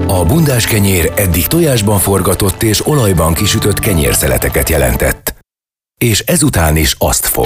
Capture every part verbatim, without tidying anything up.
A bundás kenyér eddig tojásban forgatott és olajban kisütött kenyérszeleteket jelentett. És ezután is azt fog.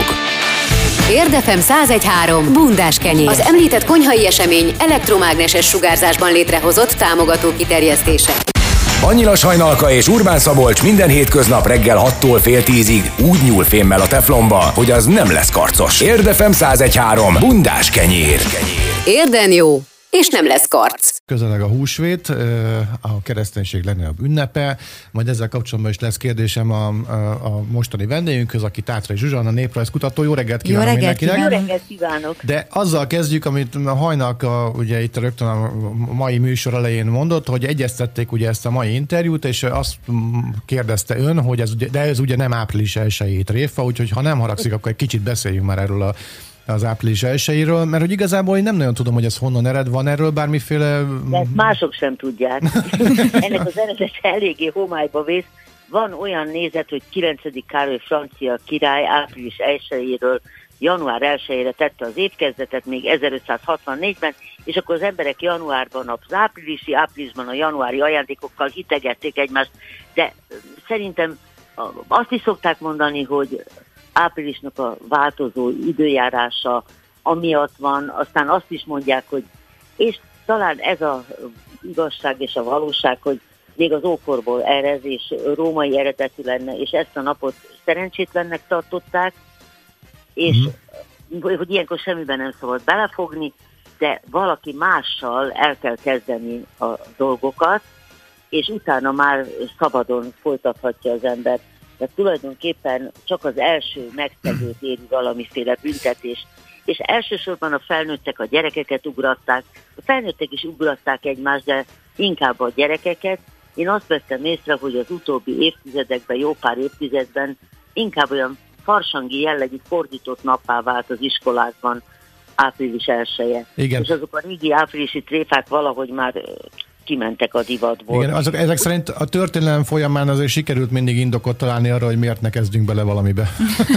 Érdefem száz egy három bundás kenyér. Az említett konyhai esemény elektromágneses sugárzásban létrehozott támogató kiterjesztése. Annyila Sajnalka és Urbán Szabolcs minden hétköznap reggel hattól fél tízig úgy nyúl fémmel a teflonba, hogy az nem lesz karcos. Érdefem száz egy három bundás kenyér. Érden jó, és nem lesz karc. Közeleg a húsvét, a kereszténység legnagyobb ünnepe, majd ezzel kapcsolatban is lesz kérdésem a, a, a mostani vendégünkhöz, aki Tátrai Zsuzsanna, néprajzkutató. Jó reggelt kívánok Jó reggelt mindenkinek! Kívánok. Jó reggelt kívánok! De azzal kezdjük, amit a Hajnalka ugye itt rögtön a mai műsor elején mondott, hogy egyeztették ugye ezt a mai interjút, és azt kérdezte ön, hogy ez, de ez ugye nem április elsejét réfa, úgyhogy ha nem haragszik, akkor egy kicsit beszéljünk már erről a az április elsejéről, mert hogy igazából én nem nagyon tudom, hogy ez honnan ered, van erről bármiféle... De ezt mások sem tudják. Ennek az eredet eléggé homályba vész. Van olyan nézet, hogy kilencedik Károly francia király április elsejéről január elsejére tette az évkezdetet, még ezerötszázhatvannégyben, és akkor az emberek januárban az áprilisi, áprilisban a januári ajándékokkal hitegették egymást, de szerintem azt is szokták mondani, hogy áprilisnak a változó időjárása amiatt van, aztán azt is mondják, hogy és talán ez a igazság és a valóság, hogy még az ókorból ered, és római eredetű lenne, és ezt a napot szerencsétlennek tartották, és mm. hogy ilyenkor semmiben nem szabad belefogni, de valaki mással el kell kezdeni a dolgokat, és utána már szabadon folytathatja az ember. Tehát tulajdonképpen csak az első megszegőt éri valamiféle büntetés. És elsősorban a felnőttek a gyerekeket ugratták, a felnőttek is ugratták egymást, de inkább a gyerekeket. Én azt vettem észre, hogy az utóbbi évtizedekben, jó pár évtizedben inkább olyan farsangi jellegű fordított nappá vált az iskolákban április elseje. Igen. És azok a régi áprilisi tréfák valahogy már kimentek a divatból. Igen, azok, ezek szerint a történelem folyamán azért sikerült mindig indokot találni arra, hogy miért ne kezdjünk bele valamibe.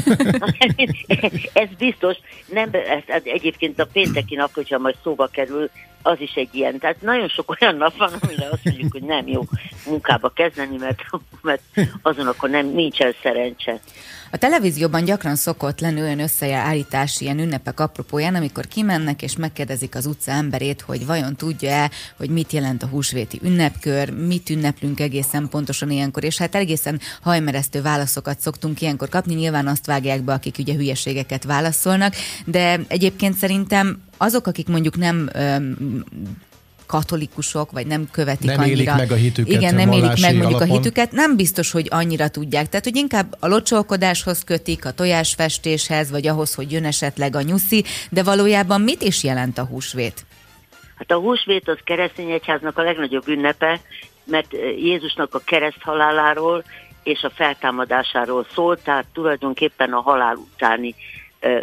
Ez biztos. Nem, ez, ez egyébként a pénteki nap, hogyha majd szóba kerül, az is egy ilyen. Tehát nagyon sok olyan nap van, amire azt mondjuk, hogy nem jó munkába kezdeni, mert, mert azon akkor nem, nincsen szerencse. A televízióban gyakran szokott lenni olyan összeállítás ilyen ünnepek apropóján, amikor kimennek és megkérdezik az utca emberét, hogy vajon tudja-e, hogy mit jelent a húsvéti ünnepkör, mit ünneplünk egészen pontosan ilyenkor, és hát egészen hajmeresztő válaszokat szoktunk ilyenkor kapni, nyilván azt vágják be, akik ugye hülyeségeket válaszolnak, de egyébként szerintem azok, akik mondjuk nem öm, katolikusok, vagy nem követik nem annyira. Nem élik meg a hitüket. Igen, nem élik meg mondjuk alapon. a hitüket, nem biztos, hogy annyira tudják. Tehát, hogy inkább a locsolkodáshoz kötik, a tojásfestéshez, vagy ahhoz, hogy jön esetleg a nyuszi, de valójában mit is jelent a húsvét? Hát a húsvét az keresztény egyháznak a legnagyobb ünnepe, mert Jézusnak a kereszthaláláról és a feltámadásáról szól, tehát tulajdonképpen a halál utáni ö,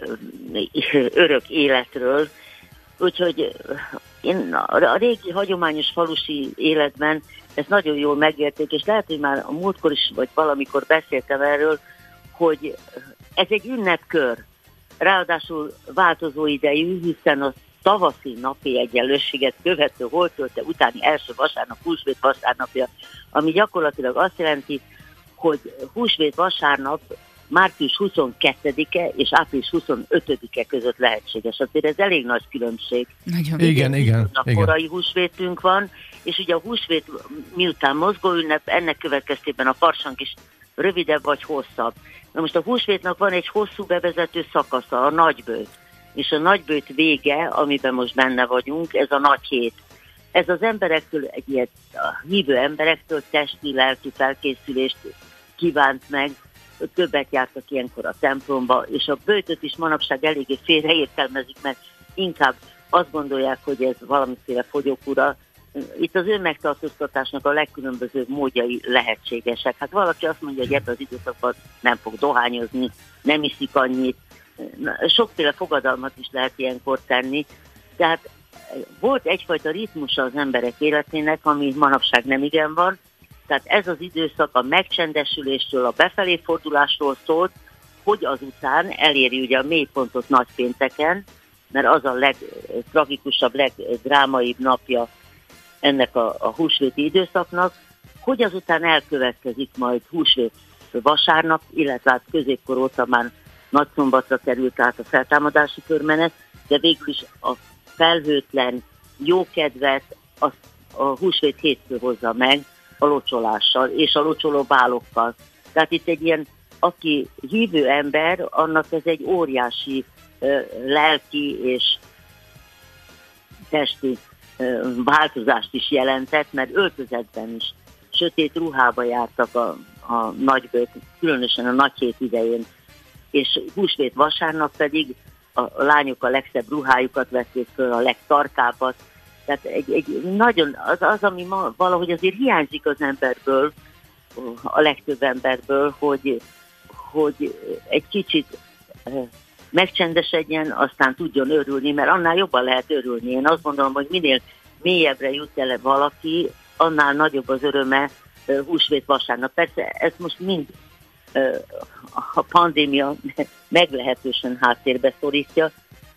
örök életről. Úgyhogy én a régi hagyományos falusi életben ezt nagyon jól megérték, és lehet, hogy már a múltkor is, vagy valamikor beszéltem erről, hogy ez egy ünnepkör, ráadásul változó idejű, hiszen a tavaszi napi egyenlőséget követő holtölte utáni első vasárnap, húsvét vasárnapja, ami gyakorlatilag azt jelenti, hogy húsvét vasárnap március huszonkettedike és április huszonötödike között lehetséges. Azért ez elég nagy különbség. Nagyon. Igen, igen. A korai húsvétünk van, és ugye a húsvét miután mozgóünnep, ennek következtében a farsang is rövidebb vagy hosszabb. Na most a húsvétnak van egy hosszú bevezető szakasza, a nagybőjt. És a nagybőjt vége, amiben most benne vagyunk, ez a nagy hét. Ez az emberektől, egy ilyen a hívő emberektől testi, lelki felkészülést kívánt meg, többet jártak ilyenkor a templomba, és a böjtöt is manapság eléggé félreértelmezik, mert inkább azt gondolják, hogy ez valamiféle fogyókúra. Itt az önmegtartóztatásnak a legkülönbözőbb módjai lehetségesek. Hát valaki azt mondja, hogy ebben az időszakban nem fog dohányozni, nem iszik annyit. Sokféle fogadalmat is lehet ilyenkor tenni. Tehát volt egyfajta ritmusa az emberek életének, ami manapság nem igen van. Tehát ez az időszak a megcsendesülésről, a befelé fordulásról szólt, hogy azután eléri ugye a mélypontot nagypénteken, mert az a legtragikusabb, legdrámaibb napja ennek a, a húsvéti időszaknak, hogy azután elkövetkezik majd húsvét vasárnap, illetve hát középkor óta már nagyszombatra került át a feltámadási körmenet, de végül is a felhőtlen, jókedvet a, a húsvét hétfő hozza meg a locsolással és a locsoló bálokkal. Tehát itt egy ilyen, aki hívő ember, annak ez egy óriási ö, lelki és testi ö, változást is jelentett, mert öltözetben is sötét ruhába jártak a, a nagybőt, különösen a nagyhét idején, és húsvét vasárnap pedig a, a lányok a legszebb ruhájukat vették föl, a legtarkábbat. Tehát egy, egy nagyon, az, az, ami ma valahogy azért hiányzik az emberből, a legtöbb emberből, hogy, hogy egy kicsit megcsendesedjen, aztán tudjon örülni, mert annál jobban lehet örülni. Én azt gondolom, hogy minél mélyebbre jut el valaki, annál nagyobb az öröme húsvét vasárnap. Persze ez most mind a pandémia meglehetősen háttérbe szorítja,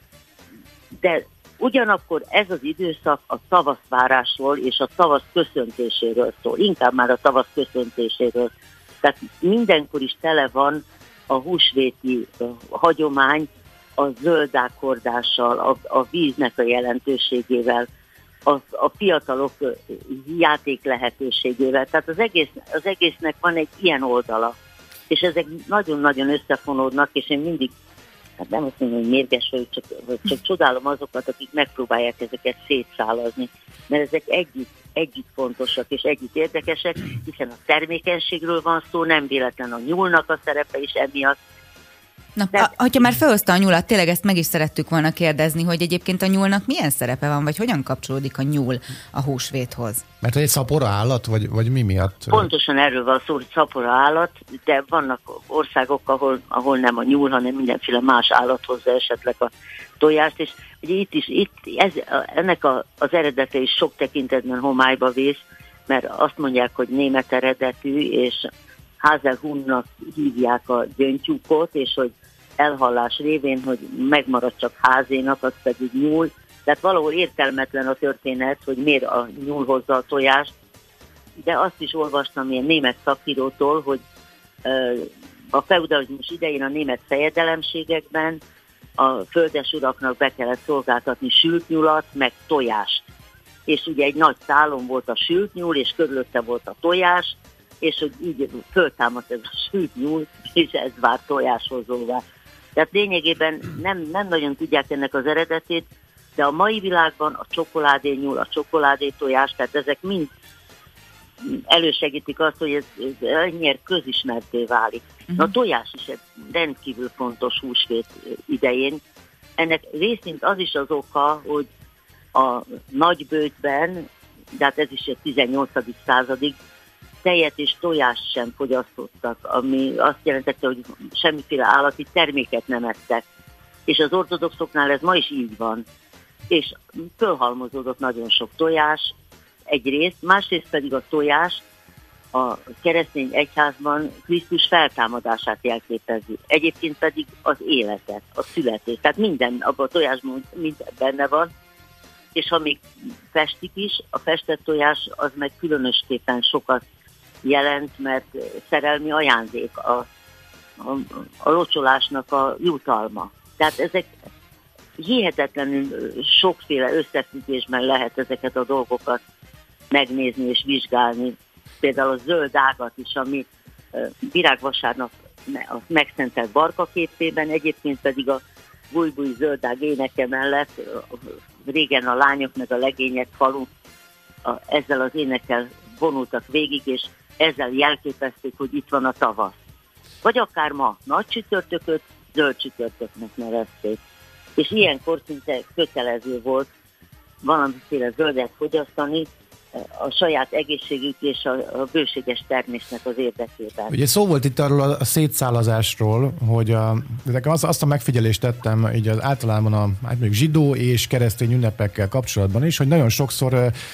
de ugyanakkor ez az időszak a tavaszvárásról és a tavasz köszöntéséről szól, inkább már a tavasz köszöntéséről. Tehát mindenkor is tele van a húsvéti hagyomány a zöldákordással, a, a víznek a jelentőségével, a, a fiatalok játék lehetőségével. Tehát az, egész, az egésznek van egy ilyen oldala, és ezek nagyon-nagyon összefonódnak, és én mindig, hát nem azt mondom, hogy mérges vagyok, csak, csak csodálom azokat, akik megpróbálják ezeket szétszálazni, mert ezek együtt, együtt fontosak és együtt érdekesek, hiszen a termékenységről van szó, nem véletlen a nyúlnak a szerepe is emiatt. Na, de... hogyha már felhozta a nyúlat, tényleg ezt meg is szerettük volna kérdezni, hogy egyébként a nyúlnak milyen szerepe van, vagy hogyan kapcsolódik a nyúl a húsvéthoz? Mert egy szapora állat, vagy, vagy mi miatt? Pontosan erről van szó, hogy szapora állat, de vannak országok, ahol, ahol nem a nyúl, hanem mindenféle más állat hozza esetleg a tojást, és ugye itt is, itt ez, ennek a, az eredete is sok tekintetben homályba vész, mert azt mondják, hogy német eredetű, és Haselhuhnnak hívják a gyöngytyúkot, és hogy elhallás révén, hogy megmarad csak házénak, az pedig nyúl. Tehát valahol értelmetlen a történet, hogy miért a nyúl hozza a tojást, de azt is olvastam ilyen német szakírótól, hogy a feudalizmus idején a német fejedelemségekben a földesuraknak be kellett szolgáltatni sült nyulat, meg tojást. És ugye egy nagy szálon volt a sült nyúl, és körülötte volt a tojás, és hogy így föltámadt ez a sült nyúl, és ez vált tojáshozóvá. Tehát lényegében nem, nem nagyon tudják ennek az eredetét, de a mai világban a csokoládé nyúl, a csokoládé tojás, tehát ezek mind elősegítik azt, hogy ez, ez ennyire közismerté válik. Uh-huh. Na a tojás is egy rendkívül fontos húsvét idején. Ennek részint az is az oka, hogy a nagybőjtben, de hát ez is a tizennyolcadik századig, tejet és tojást sem fogyasztottak, ami azt jelentette, hogy semmiféle állati terméket nem ettek. És az ortodoxoknál ez ma is így van. És fölhalmozódott nagyon sok tojás egyrészt, másrészt pedig a tojás a keresztény egyházban Krisztus feltámadását jelképezi. Egyébként pedig az életet, a születést. Tehát minden, abban a tojásban minden benne van. És ha még festik is, a festett tojás az meg különösképpen sokat jelent, mert szerelmi ajándék a, a, a locsolásnak a jutalma. Tehát ezek hihetetlenül sokféle összefüggésben lehet ezeket a dolgokat megnézni és vizsgálni. Például a zöld ágat is, ami virágvasárnap a megszentelt barka képében, egyébként pedig a búj-búj zöldág éneke mellett régen a lányok meg a legények falu a, ezzel az énekkel vonultak végig, és ezzel jelképezték, hogy itt van a tavasz. Vagy akár ma nagy csütörtököt zöld csütörtöknek nevezték. És ilyenkor szinte kötelező volt valamiféle zöldet fogyasztani a saját egészségük és a, a bőséges termésnek az érdekében. Ugye szó volt itt arról a szétszálazásról, hogy a, azt, azt a megfigyelést tettem így az általában a hát mondjuk zsidó és keresztény ünnepekkel kapcsolatban is, hogy nagyon sokszor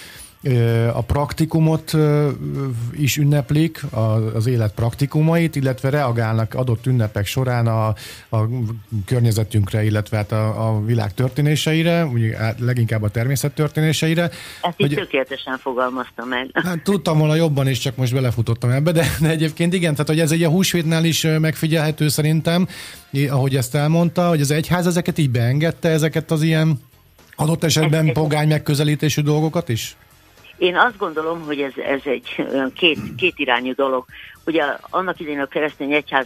a praktikumot is ünneplik, az élet praktikumait, illetve reagálnak adott ünnepek során a, a környezetünkre, illetve hát a, a világ történéseire, ugye leginkább a természet történéseire. Ezt így tökéletesen fogalmazta meg. Hát tudtam volna jobban is, csak most belefutottam ebbe, de, de egyébként igen, tehát hogy ez egy a húsvétnál is megfigyelhető szerintem, ahogy ezt elmondta, hogy az egyház ezeket így beengedte, ezeket az ilyen adott esetben ez, pogány megközelítésű dolgokat is? Én azt gondolom, hogy ez, ez egy két, két irányú dolog. Ugye annak idején a keresztény egyház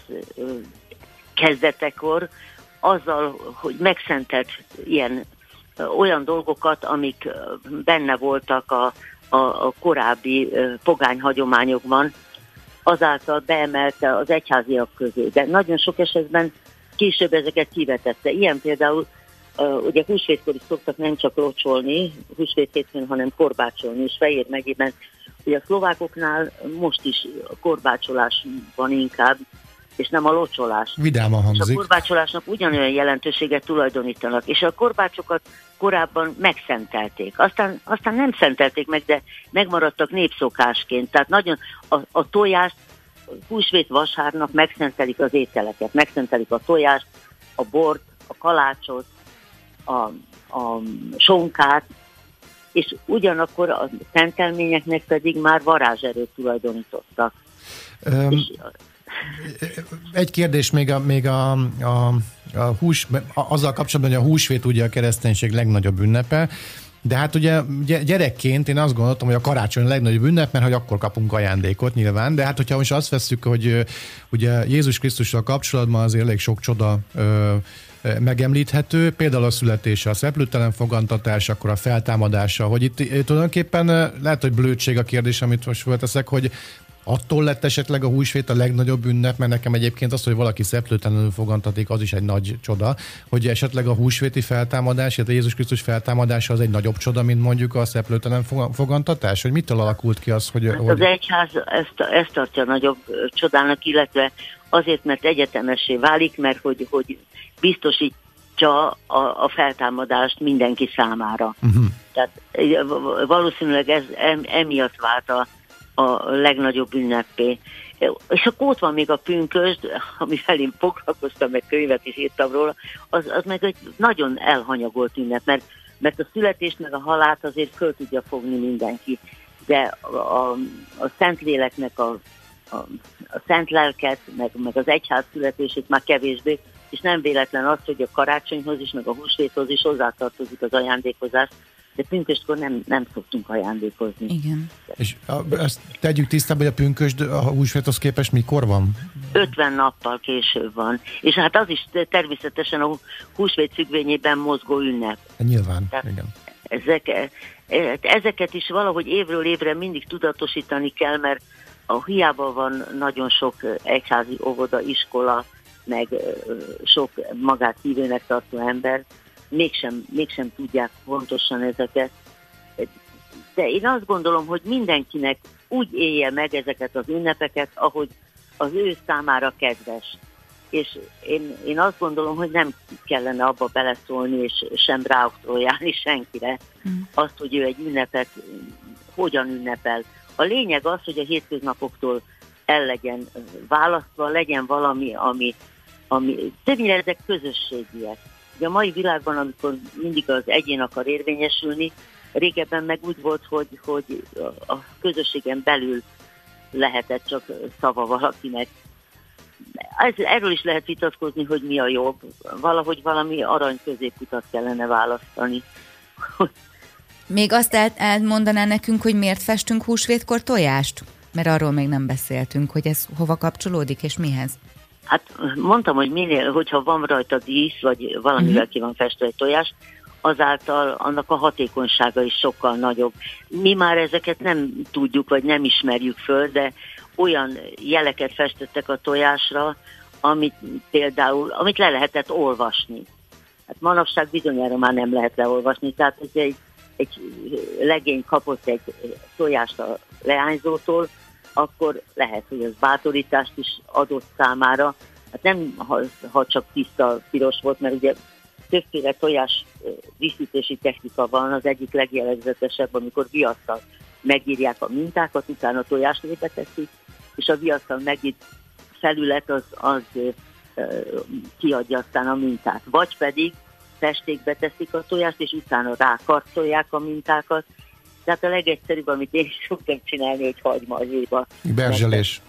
kezdetekor azzal, hogy megszentelt ilyen olyan dolgokat, amik benne voltak a, a, a korábbi pogány hagyományokban, azáltal beemelte az egyháziak közé. De nagyon sok esetben később ezeket kivetette. Ilyen például Uh, ugye húsvétkor is szoktak nem csak locsolni, húsvét hétfőn, hanem korbácsolni, és Fejér megyében, ugye a szlovákoknál most is a korbácsolás van inkább, és nem a locsolás. Vidáman hangzik. És a korbácsolásnak ugyanolyan jelentőséget tulajdonítanak, és a korbácsokat korábban megszentelték. Aztán, aztán nem szentelték meg, de megmaradtak népszokásként. Tehát nagyon a, a tojást, húsvét vasárnap megszentelik az ételeket, megszentelik a tojást, a bort, a kalácsot, A, a sonkát, és ugyanakkor a szentelményeknek pedig már varázserőt tulajdonítottak. Um, és, egy kérdés még a, még a, a, a hús, azzal kapcsolatban, hogy a húsvét ugye a kereszténység legnagyobb ünnepe, de hát ugye gyerekként én azt gondoltam, hogy a karácsony a legnagyobb ünnep, mert hogy akkor kapunk ajándékot nyilván, de hát hogyha most azt vesszük, hogy ugye Jézus Krisztussal kapcsolatban azért elég sok csoda ö, megemlíthető, például a születése, a szeplőtelen fogantatás, akkor a feltámadása, hogy itt tulajdonképpen lehet, hogy blödség a kérdés, amit most fölteszek, hogy attól lett esetleg a húsvét a legnagyobb ünnep, mert nekem egyébként az, hogy valaki szeplőtelenül fogantatik, az is egy nagy csoda, hogy esetleg a húsvéti feltámadás, illetve Jézus Krisztus feltámadása az egy nagyobb csoda, mint mondjuk a szeplőtelen fogantatás, hogy mitől alakult ki az, hogy... Hát hogy... Az egyház ezt, ezt tartja nagyobb csodának, illetve azért, mert egyetemessé válik, mert hogy, hogy biztosítja a, a feltámadást mindenki számára. Uh-huh. Tehát valószínűleg ez emiatt vált a a legnagyobb ünnepé. És akkor ott van még a pünkösd, amivel én foglalkoztam, meg könyvet is írtam róla, az, az meg egy nagyon elhanyagolt ünnep, mert, mert a születést meg a halált azért föl tudja fogni mindenki. De a, a, a Szentléleknek a, a, a szent lelket, meg, meg az egyház születését már kevésbé, és nem véletlen az, hogy a karácsonyhoz is, meg a húsvéthoz is hozzátartozik az ajándékozás, de pünköstkor nem, nem szoktunk ajándékozni. Igen. És a, ezt tegyük tisztába, hogy a pünkösd a húsvéthoz képest mikor van? ötven nappal később van. És hát az is természetesen a húsvét függvényében mozgó ünnep. Nyilván, tehát igen. Ezek, ezeket is valahogy évről évre mindig tudatosítani kell, mert a hiába van nagyon sok egyházi óvoda, iskola, meg sok magát hívőnek tartó ember, mégsem, mégsem tudják pontosan ezeket. De én azt gondolom, hogy mindenkinek úgy élje meg ezeket az ünnepeket, ahogy az ő számára kedves. És én, én azt gondolom, hogy nem kellene abba beleszólni, és sem ráoktrojálni senkire mm. azt, hogy ő egy ünnepet hogyan ünnepel. A lényeg az, hogy a hétköznapoktól el legyen választva, legyen valami, ami, ami többnyire ezek közösségiek. Ugye a mai világban, amikor mindig az egyén akar érvényesülni, régebben meg úgy volt, hogy, hogy a közösségen belül lehetett csak szava valakinek. Ez, erről is lehet vitatkozni, hogy mi a jobb. Valahogy valami arany középutat kellene választani. Még azt el, elmondaná nekünk, hogy miért festünk húsvétkor tojást? Mert arról még nem beszéltünk, hogy ez hova kapcsolódik és mihez. Hát mondtam, hogy minél, hogyha van rajta dísz, vagy valamivel uh-huh. ki van festve egy tojás, azáltal annak a hatékonysága is sokkal nagyobb. Mi már ezeket nem tudjuk, vagy nem ismerjük föl, de olyan jeleket festettek a tojásra, amit például, amit le lehetett olvasni. Hát manapság bizonyára már nem lehet leolvasni, tehát hogy egy, egy legény kapott egy tojást a leányzótól, akkor lehet, hogy az bátorítást is adott számára. Hát nem, ha, ha csak tiszta piros volt, mert ugye többféle tojás díszítési technika van, az egyik legjellegzetesebb, amikor viasszal megírják a mintákat, utána tojáslébe teszik, és a viasztal megírt felület az, az ö, kiadja aztán a mintát. Vagy pedig festékbe teszik a tojást, és utána rákarcolják a mintákat. Tehát a legegyszerűbb, amit én is szoktam csinálni, hogy hagymahéjba. Berzselés.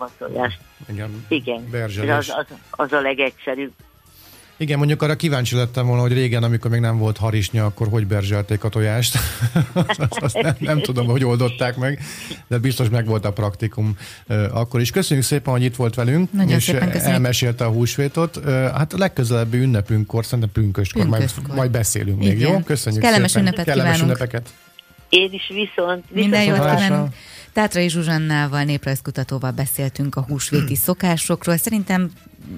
Igen, Igen. Berzselés. Az, az, az a legegyszerűbb. Igen, mondjuk arra kíváncsi lettem volna, hogy régen, amikor még nem volt harisnya, akkor hogy berzselték a tojást. azt azt nem, nem tudom, hogy oldották meg, de biztos meg volt a praktikum akkor is. Köszönjük szépen, hogy itt volt velünk, nagyon és elmesélte a húsvétot. Hát a legközelebbi ünnepünkkor, szerintem pünköskor, majd, majd beszélünk még, jó? Köszönjük kellemes szépen. Ünnepet kellemes kívánunk. ünnepeket. Én is viszont. Minden jót kívánunk. Tátrai Zsuzsannával, néprajzkutatóval beszéltünk a húsvéti szokásokról. Szerintem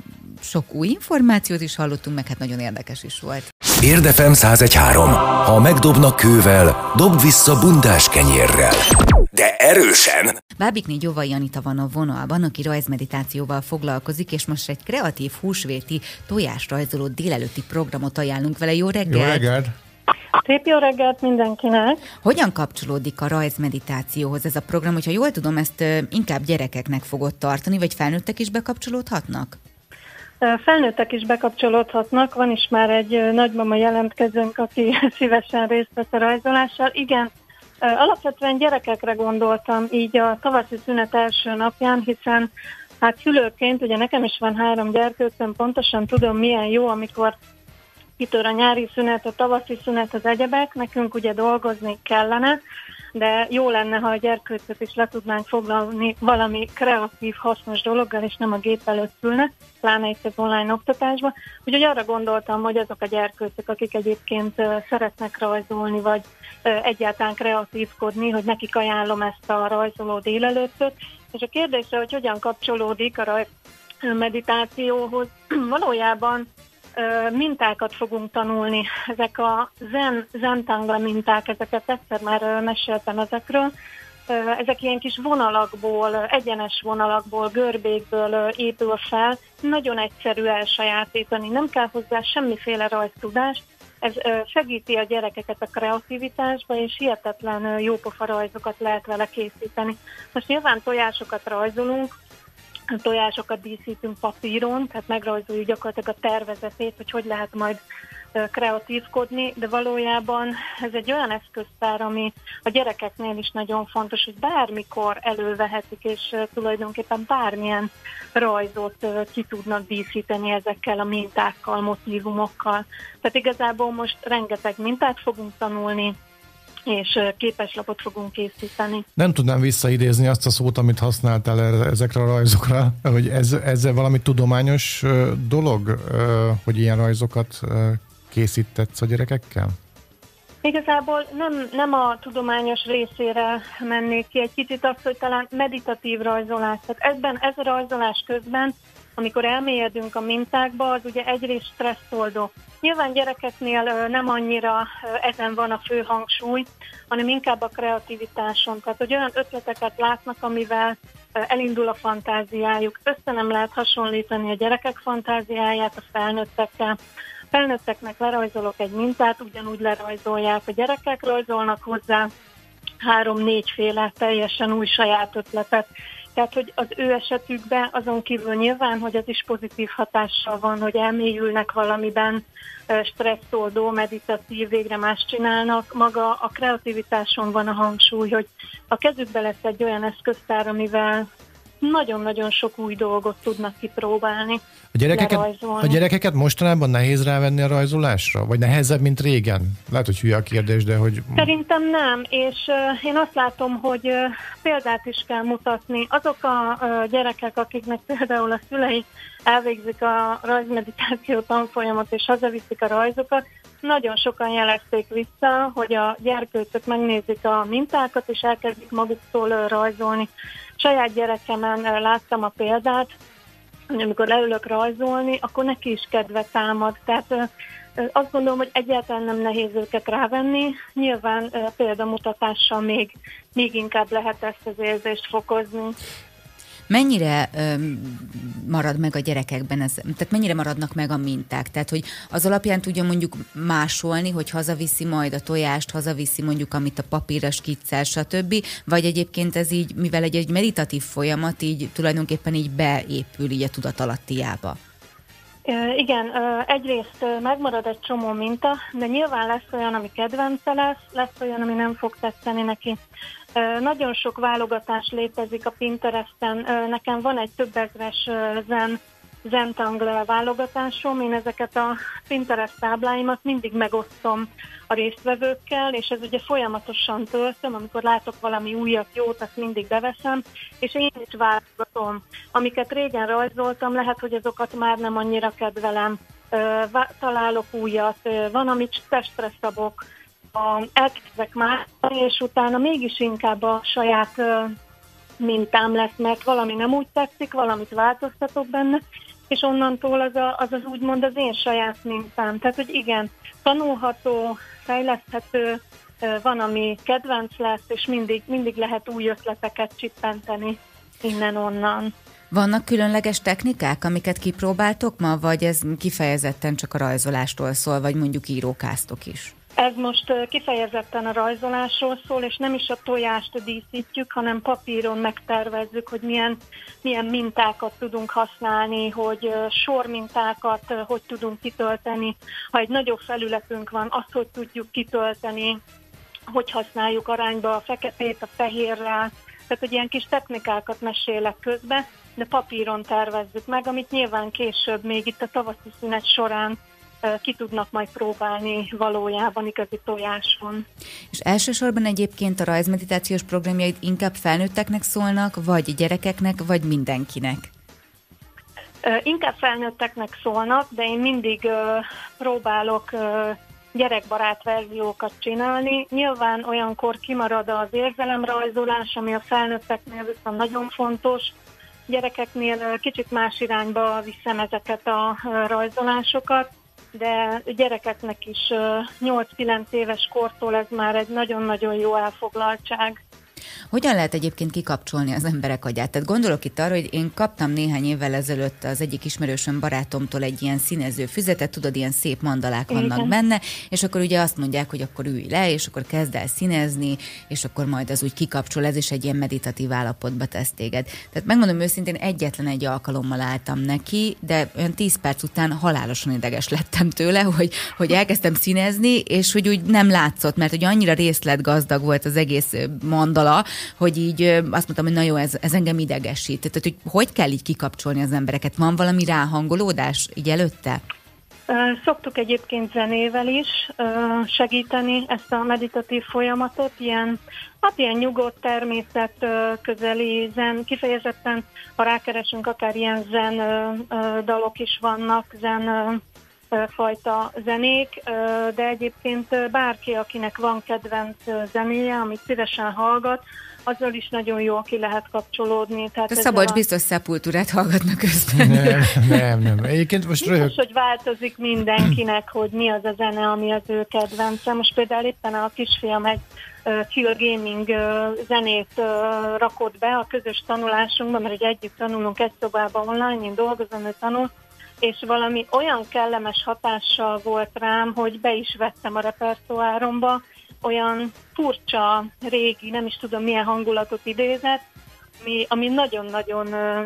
sok új információt is hallottunk, meg hát nagyon érdekes is volt. Érdefem száz egy három. Ha megdobnak kővel, dob vissza bundás kenyérrel. De erősen! Bábikné Gyovai Anita van a vonalban, aki rajzmeditációval foglalkozik, és most egy kreatív húsvéti tojásrajzoló délelőtti programot ajánlunk vele. Jó reggelt! Jó reggelt! Szép jó reggelt mindenkinek! Hogyan kapcsolódik a rajzmeditációhoz ez a program? Hogyha jól tudom, ezt inkább gyerekeknek fogod tartani, vagy felnőttek is bekapcsolódhatnak? Felnőttek is bekapcsolódhatnak, van is már egy nagymama jelentkezőnk, aki szívesen részt vesz a rajzolással. Igen, alapvetően gyerekekre gondoltam így a tavaszi szünet első napján, hiszen hát szülőként, ugye nekem is van három gyerkőcöm, pontosan tudom milyen jó, amikor kitör a nyári szünet, a tavaszi szünet, az egyebek, nekünk ugye dolgozni kellene, de jó lenne, ha a gyerkőcöt is le tudnánk foglalni valami kreatív, hasznos dologgal, és nem a gép előtt ülne, pláne itt az online oktatásban. Úgyhogy arra gondoltam, hogy azok a gyerkőcök, akik egyébként szeretnek rajzolni, vagy egyáltalán kreatívkodni, hogy nekik ajánlom ezt a rajzoló délelőttöt. És a kérdésre, hogy hogyan kapcsolódik a meditációhoz, valójában mintákat fogunk tanulni. Ezek a zen, zentangla minták, ezeket egyszer már meséltem ezekről. Ezek ilyen kis vonalakból, egyenes vonalakból, görbékből épül fel. Nagyon egyszerű elsajátítani, nem kell hozzá semmiféle rajztudás. Ez segíti a gyerekeket a kreativitásba, és hihetetlen jópofa rajzokat lehet vele készíteni. Most nyilván tojásokat rajzolunk, tojásokat díszítünk papíron, tehát megrajzoljuk gyakorlatilag a tervezetét, hogy hogy lehet majd kreatívkodni, de valójában ez egy olyan eszköztár, ami a gyerekeknél is nagyon fontos, hogy bármikor elővehetik, és tulajdonképpen bármilyen rajzot ki tudnak díszíteni ezekkel a mintákkal, motívumokkal. Tehát igazából most rengeteg mintát fogunk tanulni, és képeslapot fogunk készíteni. Nem tudnám visszaidézni azt a szót, amit használtál ezekre a rajzokra, hogy ez, ez valami tudományos dolog, hogy ilyen rajzokat készítetsz a gyerekekkel? Igazából nem, nem a tudományos részére mennék ki, egy kicsit azt, hogy talán meditatív rajzolás. Tehát ebben, ez a rajzolás közben, amikor elmélyedünk a mintákba, az ugye egyrészt stresszoldó. Nyilván gyerekeknél nem annyira ezen van a fő hangsúly, hanem inkább a kreativitáson. Tehát, hogy olyan ötleteket látnak, amivel elindul a fantáziájuk. Össze nem lehet hasonlítani a gyerekek fantáziáját a felnőttekkel. A felnőtteknek lerajzolok egy mintát, ugyanúgy lerajzolják. A gyerekek rajzolnak hozzá három-négyféle teljesen új saját ötletet. Tehát, hogy az ő esetükben azon kívül nyilván, hogy az is pozitív hatással van, hogy elmélyülnek valamiben, stresszoldó, meditatív, végre más csinálnak. Maga a kreativitáson van a hangsúly, hogy a kezükbe lesz egy olyan eszköztár, amivel nagyon-nagyon sok új dolgot tudnak kipróbálni. A gyerekeket, a gyerekeket mostanában nehéz rávenni a rajzolásra? Vagy nehezebb, mint régen? Lehet, hogy hülye a kérdés, de hogy... Szerintem nem, és uh, én azt látom, hogy uh, példát is kell mutatni. Azok a uh, gyerekek, akiknek például a szülei elvégzik a rajzmeditáció tanfolyamot, és hazaviszik a rajzokat, nagyon sokan jelezték vissza, hogy a gyerkőcök megnézik a mintákat, és elkezdik maguktól uh, rajzolni. Saját gyerekemen uh, láttam a példát, hogy amikor leülök rajzolni, akkor neki is kedve támad. Tehát ö, ö, azt gondolom, hogy egyáltalán nem nehéz őket rávenni. Nyilván ö, példamutatással még, még inkább lehet ezt az érzést fokozni. mennyire öm, marad meg a gyerekekben, ez, tehát mennyire maradnak meg a minták? Tehát, hogy az alapján tudja mondjuk másolni, hogy hazaviszi majd a tojást, hazaviszi mondjuk, amit a papírra skiccel, stb. Vagy egyébként ez így, mivel egy, egy meditatív folyamat, így tulajdonképpen így beépül így a tudatalattiába. Igen, egyrészt megmarad egy csomó minta, de nyilván lesz olyan, ami kedvence lesz, lesz olyan, ami nem fog tetszeni neki. Nagyon sok válogatás létezik a Pinteresten. Nekem van egy több ezres zen, zentangle válogatásom, én ezeket a Pinterest tábláimat mindig megosztom a résztvevőkkel, és ez ugye folyamatosan töltöm, amikor látok valami újat, jót, azt mindig beveszem, és én is válogatom. Amiket régen rajzoltam, lehet, hogy azokat már nem annyira kedvelem. Találok újat, van, amit testre szabok, elkezdek már, és utána mégis inkább a saját mintám lesz, mert valami nem úgy tetszik, valamit változtatok benne, és onnantól az, a, az az úgymond az én saját mintám. Tehát, hogy igen, tanulható, fejleszthető, van, ami kedvenc lesz, és mindig, mindig lehet új ötleteket csippenteni innen-onnan. Vannak különleges technikák, amiket kipróbáltok ma, vagy ez kifejezetten csak a rajzolástól szól, vagy mondjuk írókáztok is? Ez most kifejezetten a rajzolásról szól, és nem is a tojást díszítjük, hanem papíron megtervezzük, hogy milyen, milyen mintákat tudunk használni, hogy sormintákat hogy tudunk kitölteni. Ha egy nagyobb felületünk van, azt hogy tudjuk kitölteni, hogy használjuk arányba a feketét a fehérrel. Tehát, hogy ilyen kis technikákat mesélek közben, de papíron tervezzük meg, amit nyilván később, még itt a tavaszi szünet során ki tudnak majd próbálni valójában igazi tojáson. És elsősorban egyébként a rajzmeditációs programjaid inkább felnőtteknek szólnak, vagy gyerekeknek, vagy mindenkinek? Inkább felnőtteknek szólnak, de én mindig uh, próbálok uh, gyerekbarát verziókat csinálni. Nyilván olyankor kimarad az érzelemrajzolás, ami a felnőtteknél viszont nagyon fontos. Gyerekeknél uh, kicsit más irányba viszem ezeket a uh, rajzolásokat, de gyerekeknek is nyolc-kilenc éves kortól ez már egy nagyon-nagyon jó elfoglaltság. Hogyan lehet egyébként kikapcsolni az emberek agyát? Tehát gondolok itt arra, hogy én kaptam néhány évvel ezelőtt az egyik ismerősöm barátomtól egy ilyen színező füzetet, tudod, ilyen szép mandalák vannak Igen. benne, és akkor ugye azt mondják, hogy akkor ülj le, és akkor kezd el színezni, és akkor majd az úgy kikapcsol, ez is egy ilyen meditatív állapotba tesz téged. Tehát megmondom őszintén, egyetlen egy alkalommal álltam neki, de olyan tíz perc után halálosan ideges lettem tőle, hogy, hogy elkezdtem színezni, és hogy úgy nem látszott, mert hogy annyira részletgazdag volt az egész mandala, hogy így azt mondtam, hogy na jó, ez, ez engem idegesít. Tehát, hogy hogy kell így kikapcsolni az embereket? Van valami ráhangolódás így előtte? Szoktuk egyébként zenével is segíteni ezt a meditatív folyamatot, ilyen, hát ilyen nyugodt, természet közeli zen, kifejezetten, ha rákeresünk, akár ilyen zen dalok is vannak, zen fajta zenék, de egyébként bárki, akinek van kedvenc zenéje, amit szívesen hallgat, azzal is nagyon jól ki lehet kapcsolódni. Tehát a Szabolcs a... biztos Sepulturát hallgatnak közben. Nem, nem, nem. Egyébként most röhög... Biztos, hogy változik mindenkinek, hogy mi az a zene, ami az ő kedvence. Most például éppen a kisfiam egy uh, chill gaming uh, zenét uh, rakott be a közös tanulásunkban, mert ugye együtt tanulunk egy szobában online, én dolgozom, ő tanul, és valami olyan kellemes hatással volt rám, hogy be is vettem a repertoáromba, olyan furcsa, régi, nem is tudom milyen hangulatot idézett, ami, ami nagyon-nagyon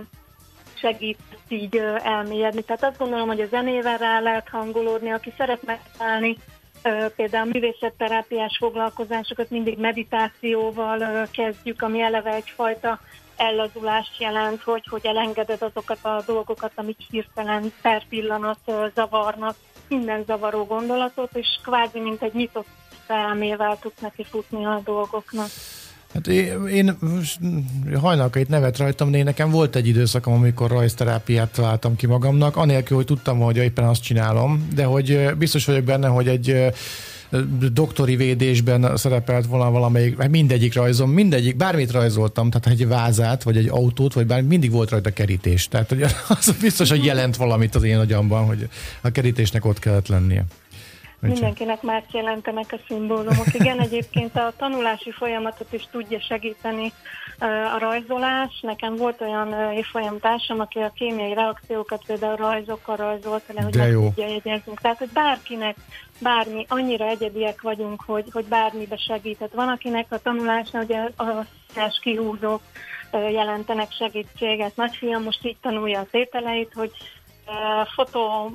segít így elmélyedni. Tehát azt gondolom, hogy a zenével rá lehet hangolódni, aki szeret megszállni, például művészetterápiás foglalkozásokat mindig meditációval kezdjük, ami eleve egyfajta ellazulást jelent, hogy, hogy elengeded azokat a dolgokat, amik hirtelen per pillanat zavarnak, minden zavaró gondolatot, és kvázi mint egy nyitott elmével tudsz neki futni a dolgoknak. Hát én, én hajnalkait nevet rajtam, de én nekem volt egy időszakom, amikor rajzterápiát találtam ki magamnak, anélkül, hogy tudtam, hogy éppen azt csinálom, de hogy biztos vagyok benne, hogy egy doktori védésben szerepelt volna valamelyik, mindegyik rajzom, mindegyik, bármit rajzoltam, tehát egy vázát, vagy egy autót, vagy bármi, mindig volt rajta kerítés. Tehát hogy az biztos, hogy jelent valamit az én agyamban, hogy a kerítésnek ott kellett lennie. Mindenkinek más jelentenek a szimbólumok. Igen, egyébként a tanulási folyamatot is tudja segíteni a rajzolás. Nekem volt olyan évfolyamtársam, aki a kémiai reakciókat például rajzokkal rajzolta le, hogy meg tudja jegyezni. Tehát, hogy bárkinek bármi, annyira egyediek vagyunk, hogy, hogy bármibe segíthet. Van, akinek a tanulásnál ugye a színes kihúzók jelentenek segítséget. Nagyfiam most így tanulja a tételeit, hogy fotó,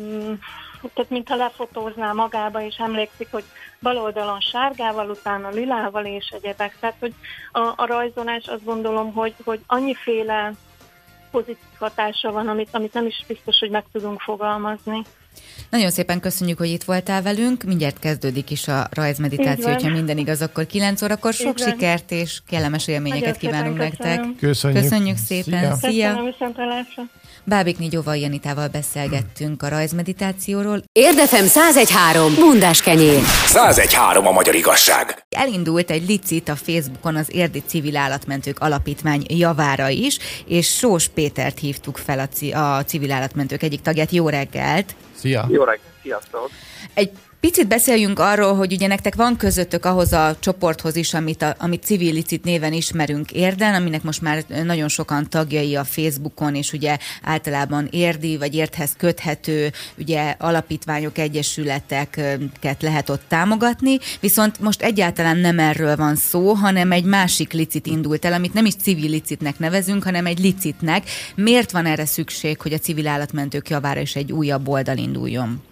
tehát mintha lefotózná magába, és emlékszik, hogy bal oldalon sárgával, utána lilával és egyebek. Tehát, hogy a, a rajzolás azt gondolom, hogy, hogy annyiféle pozitív hatása van, amit, amit nem is biztos, hogy meg tudunk fogalmazni. Nagyon szépen köszönjük, hogy itt voltál velünk. Mindjárt kezdődik is a rajzmeditáció, hogyha minden igaz, akkor kilenc órakor. Sok Igen. sikert és kellemes élményeket kívánunk nektek. Köszönjük. Köszönjük szépen. Szia. Szia. Köszönöm, viszontlátásra. Bábik Jóval Janitával beszélgettünk a rajzmeditációról. Érdefem száz egy három. Bundás kenyér. száz egy három a magyar igazság. Elindult egy licit a Facebookon az Érdi Civil Állatmentők Alapítvány javára is, és Sós Pétert hívtuk fel a, ci- a Civil Állatmentők egyik tagját. Jó reggelt! Szia! Jó reggelt, sziasztok! Egy picit beszéljünk arról, hogy ugye nektek van közöttök ahhoz a csoporthoz is, amit, a, amit Civil Licit néven ismerünk Érden, aminek most már nagyon sokan tagjai a Facebookon, és ugye általában érdi vagy érthez köthető ugye alapítványok, egyesületeket lehet ott támogatni, viszont most egyáltalán nem erről van szó, hanem egy másik licit indult el, amit nem is Civil Licitnek nevezünk, hanem egy licitnek. Miért van erre szükség, hogy a Civil Állatmentők javára is egy újabb oldal induljon?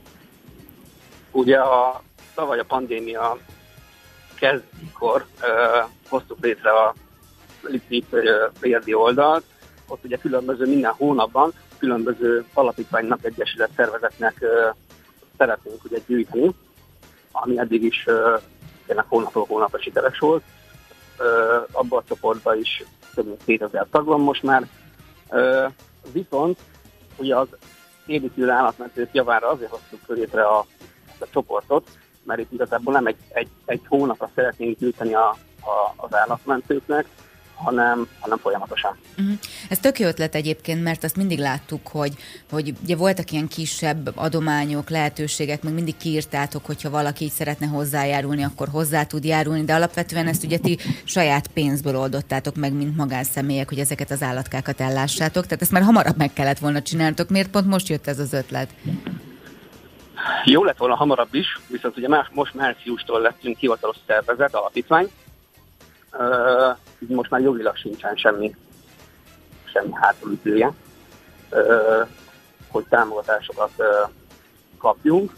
Ugye a tavaly a pandémia kezdikor uh, hoztuk létre a Licit érdi oldalt, ott ugye különböző minden hónapban különböző alapítványnak, egyesület szervezetnek uh, szeretnénk ugye gyűjteni, ami eddig is uh, tényleg hónapról hónapra sikeres volt. Uh, abban a csoportban is több mint kétezer tag van most már. Uh, viszont ugye az Érdi Civil Állatmentők javára azért hoztuk létre a a csoportot, mert itt igazából nem egy, egy, egy hónapra szeretnénk gyűjteni a, a, az állatmentőknek, hanem, hanem folyamatosan. Uh-huh. Ez tök jó ötlet egyébként, mert azt mindig láttuk, hogy, hogy ugye voltak ilyen kisebb adományok, lehetőségek, meg mindig kiírtátok, hogyha valaki így szeretne hozzájárulni, akkor hozzá tud járulni, de alapvetően ezt ugye ti saját pénzből oldottátok meg, mint magánszemélyek, hogy ezeket az állatkákat ellássátok, tehát ezt már hamarabb meg kellett volna csináltok. Miért pont most jött ez az ötlet? Jó lett volna hamarabb is, viszont ugye más, most márciustól lettünk hivatalos szervezet, alapítvány, uh, így most már jogilag sincsen semmi, semmi hátulütője, uh, hogy támogatásokat uh, kapjunk,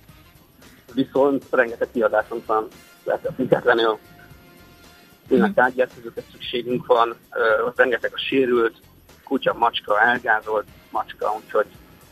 viszont rengeteg kiadásunk van, lehet függetlenül, tényleg tárgyeszközökre szükségünk van, uh, rengeteg a sérült, kutya, macska, elgázolt macska, úgyhogy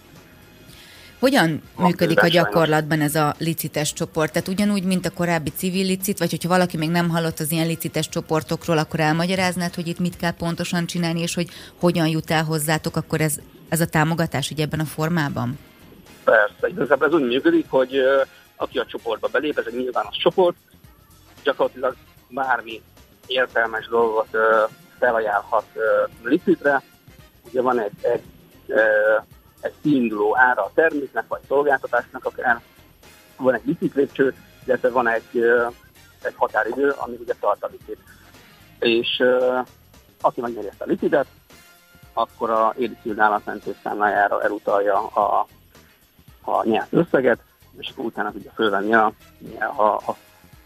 Hogyan Van működik a tőle, gyakorlatban ez a licites csoport? Tehát ugyanúgy, mint a korábbi civil licit, vagy hogyha valaki még nem hallott az ilyen licites csoportokról, akkor elmagyaráznád, hogy itt mit kell pontosan csinálni, és hogy hogyan jut el hozzátok, akkor ez, ez a támogatás ugye ebben a formában? Persze, igazából ez úgy működik, hogy uh, aki a csoportba belép, ez egy nyilvános csoport, gyakorlatilag bármi értelmes dolgot uh, felajánlhat uh, licitre. Ugye van egy, egy uh, egy kiinduló ára a terméknek, vagy szolgáltatásnak akár, van egy licit lépcső, illetve van egy, egy határidő, ami ugye tart a licit. És uh, aki megnyeri ezt a licitet, akkor a Érdi Civil Állatmentők számlájára elutalja a, a nyert összeget, és akkor utána tudja fölvenni a, a, a,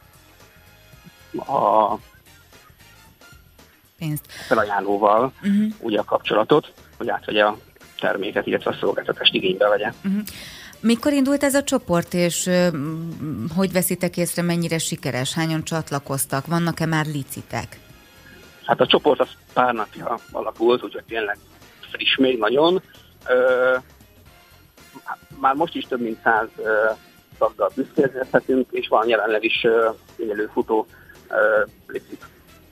a pénzt felajánlóval uh-huh. ugye a kapcsolatot, hogy átvegye a terméket, illetve a szolgáltatást igénybe vegye. Uh-huh. Mikor indult ez a csoport, és uh, hogy veszitek észre, mennyire sikeres? Hányan csatlakoztak? Vannak-e már licitek? Hát a csoport az pár napja alakult, úgyhogy tényleg friss még nagyon. Uh, már most is több mint száz uh, taggal büszkélhetünk, és van jelenleg is uh, élőfutó uh, licit.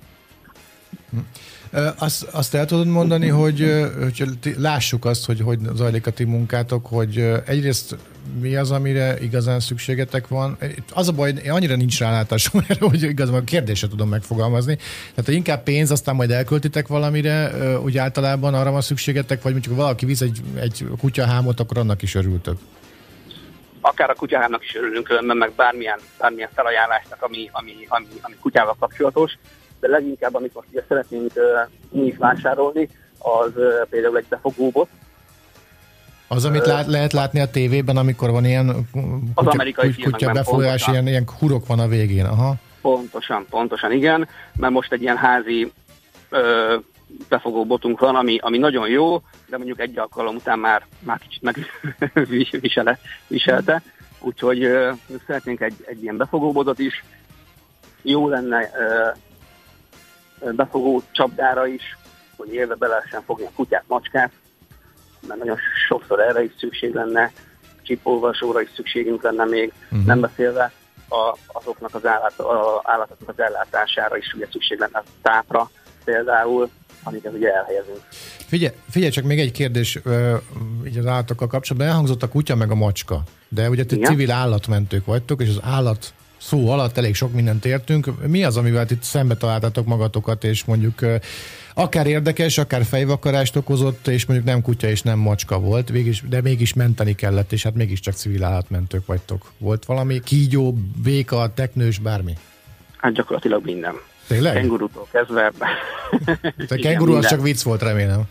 Azt, azt el tudod mondani, hogy, hogy lássuk azt, hogy hogy zajlik a ti munkátok, hogy egyrészt mi az, amire igazán szükségetek van. Az a baj, annyira nincs rálátásom erre, hogy igazából a kérdésre tudom megfogalmazni. Tehát ha inkább pénz, aztán majd elköltitek valamire, úgy általában arra van szükségetek, vagy mondjuk valaki visz egy, egy kutyahámot, akkor annak is örültök. Akár a kutyahámnak is örülünk, különben meg bármilyen, bármilyen felajánlásnak, ami, ami, ami, ami kutyával kapcsolatos. de leginkább, amit most ugye szeretnénk uh, mi is vásárolni, az uh, például egy befogóbot. Az, amit lát, lehet látni a tévében, amikor van ilyen kutya, amerikai kutya befolyás, ilyen, ilyen hurok van a végén. Aha. Pontosan, pontosan, igen, mert most egy ilyen házi ö, befogó botunk van, ami, ami nagyon jó, de mondjuk egy alkalom után már, már kicsit megviselte, úgyhogy ö, szeretnénk egy, egy ilyen befogó botot is. Jó lenne ö, befogó csapdára is, hogy élve be lehessen fogni a kutyát, macskát, mert nagyon sokszor erre is szükség lenne, csipolvasóra is szükségünk lenne még, uh-huh. nem beszélve a, azoknak az állat, a, állatoknak az ellátására is ugye szükség lenne tápra például, amiket ugye elhelyezünk. Figyelj, figyelj csak még egy kérdés uh, így az állatokkal kapcsolatban. Elhangzott a kutya meg a macska, de ugye ti civil állatmentők vagytok, és az állat szó alatt elég sok mindent értünk. Mi az, amivel itt szembe találtatok magatokat, és mondjuk uh, akár érdekes, akár fejvakarást okozott, és mondjuk nem kutya és nem macska volt, végig, de mégis menteni kellett, és hát mégiscsak civil állatmentők vagytok. Volt valami kígyó, béka, teknős, bármi? Hát gyakorlatilag minden. Tényleg? Kengurútól kezdve. A kenguru az csak vicc volt, remélem.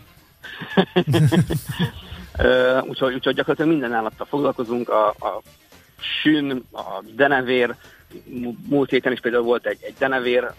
uh, úgyhogy, úgyhogy gyakorlatilag minden állattal foglalkozunk, a, a sün, a denevér, múlt héten is például volt egy, egy denevér,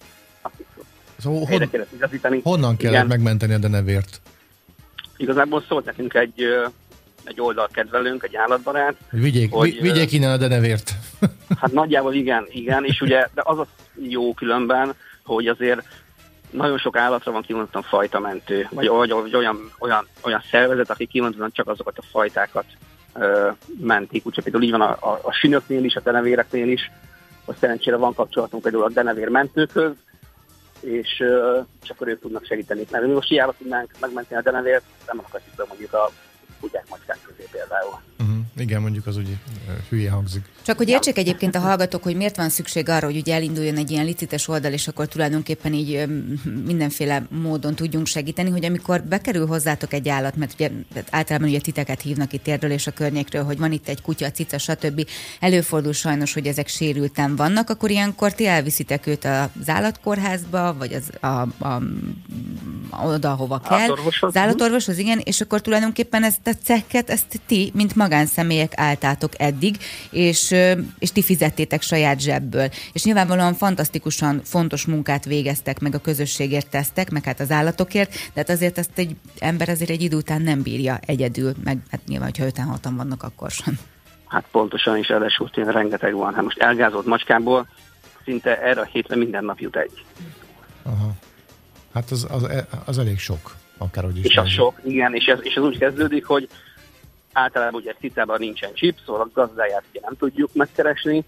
szóval hon, kellett honnan kellett igen. megmenteni a denevért? Igazából szólt nekünk egy, egy oldalkedvelőnk, egy állatbarát. Vigyék, hogy, vigyék innen a denevért. Hát nagyjából igen, igen, és ugye, de az a jó különben, hogy azért nagyon sok állatra van kimondottan fajtamentő, vagy, vagy, vagy olyan, olyan, olyan szervezet, aki kimondottan csak azokat a fajtákat ö, mentik. Úgyhogy például így van a, a, a sünöknél is, a denevéreknél is, hogy szerencsére van kapcsolatunk például a denevérmentőkhöz, és, uh, és akkor ők tudnak segíteni. Mert mi most hiába tudnánk megmenteni a denevért, nem akarjuk be mondjuk a kutyák, macskák közé például. Uh-huh. Igen, mondjuk az úgy uh, hülye hangzik. Csak hogy értsék egyébként a hallgatók, hogy miért van szükség arra, hogy ugye elinduljon egy ilyen licites oldal, és akkor tulajdonképpen így um, mindenféle módon tudjunk segíteni, hogy amikor bekerül hozzátok egy állat, mert ugye általában ugye titeket hívnak itt Térdről és a környékről, hogy van itt egy kutya, cica, stb. Előfordul sajnos, hogy ezek sérülten vannak, akkor ilyenkor ti elviszitek őt az állatkórházba, vagy az, a, a, oda, hova kell. Az állatorvoshoz, igen, és akkor tulajdonképpen ezt a cekket, ezt ti, mint magánszemélyek álltátok eddig, és, és ti fizettétek saját zsebből. És nyilvánvalóan fantasztikusan fontos munkát végeztek, meg a közösségért tesztek, meg hát az állatokért, de hát azért ezt egy ember azért egy idő után nem bírja egyedül, meg hát nyilván, hogyha öten-hatan vannak, akkor sem. Hát pontosan, és ráadásul tényleg rengeteg van. Hát most elgázolt macskából szinte erre a hétre minden nap jut egy. Aha. Hát az, az, az elég sok, akárhogy is. És az sok, igen, és ez, és ez úgy kezdődik, hogy általában ugye cicában nincsen chip, szóval a gazdáját ugye nem tudjuk megkeresni.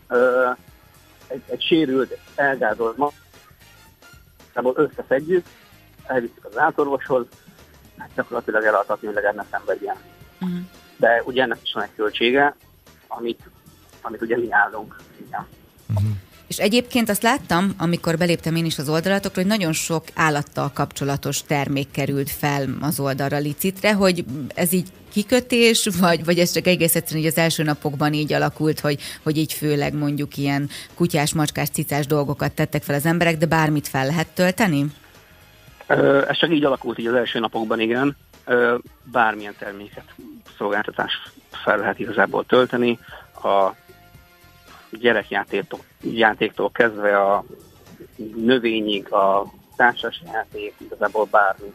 Egy, egy sérült, elgázolt macskával összeszedjük, elviszük az állatorvoshoz, hát gyakorlatilag elaltatni, hogy legalább ne szenvedjen. Uh-huh. De ugye ennek is van egy költsége, amit, amit ugye mi állunk. Igen. Uh-huh. És egyébként azt láttam, amikor beléptem én is az oldalatokra, hogy nagyon sok állattal kapcsolatos termék került fel az oldalra, licitre, hogy ez így kikötés, vagy, vagy ez csak egész egyszerűen így az első napokban így alakult, hogy, hogy így főleg mondjuk ilyen kutyás, macskás, cicás dolgokat tettek fel az emberek, de bármit fel lehet tölteni? Ez csak így alakult így az első napokban, igen. Bármilyen terméket, szolgáltatást fel lehet igazából tölteni. A gyerekjátéktól játéktól kezdve a növényig, a társasjáték, igazából bármi.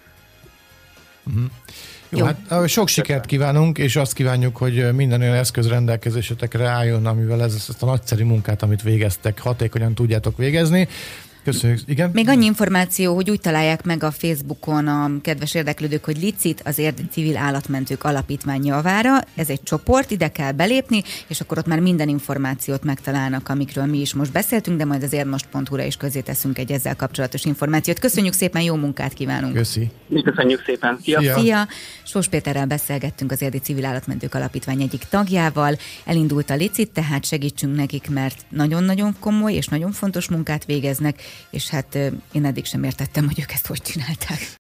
Uh-huh. Jó, Jó, hát sok sikert kívánunk, és azt kívánjuk, hogy minden olyan eszköz rendelkezésetekre álljon, amivel ez, ezt a nagyszerű munkát, amit végeztek, hatékonyan tudjátok végezni. Köszönjük, igen. Még annyi információ, hogy úgy találják meg a Facebookon a kedves érdeklődők, hogy Licit, az Érdi Civil Állatmentők Alapítvány javára. Ez egy csoport, ide kell belépni, és akkor ott már minden információt megtalálnak, amikről mi is most beszéltünk, de majd az érdmost pont hu-ra is közé teszünk egy ezzel kapcsolatos információt. Köszönjük szépen, jó munkát kívánunk! Köszi! Mi köszönjük szépen! Szia! Szia! Szia. Sós Péterrel beszélgettünk, az Érdi Civil Állatmentők Alapítvány egyik tagjával. Elindult a Licit, tehát segítsünk nekik, mert nagyon-nagyon komoly és nagyon fontos munkát végeznek, és hát én eddig sem értettem, hogy ők ezt hogy csinálták.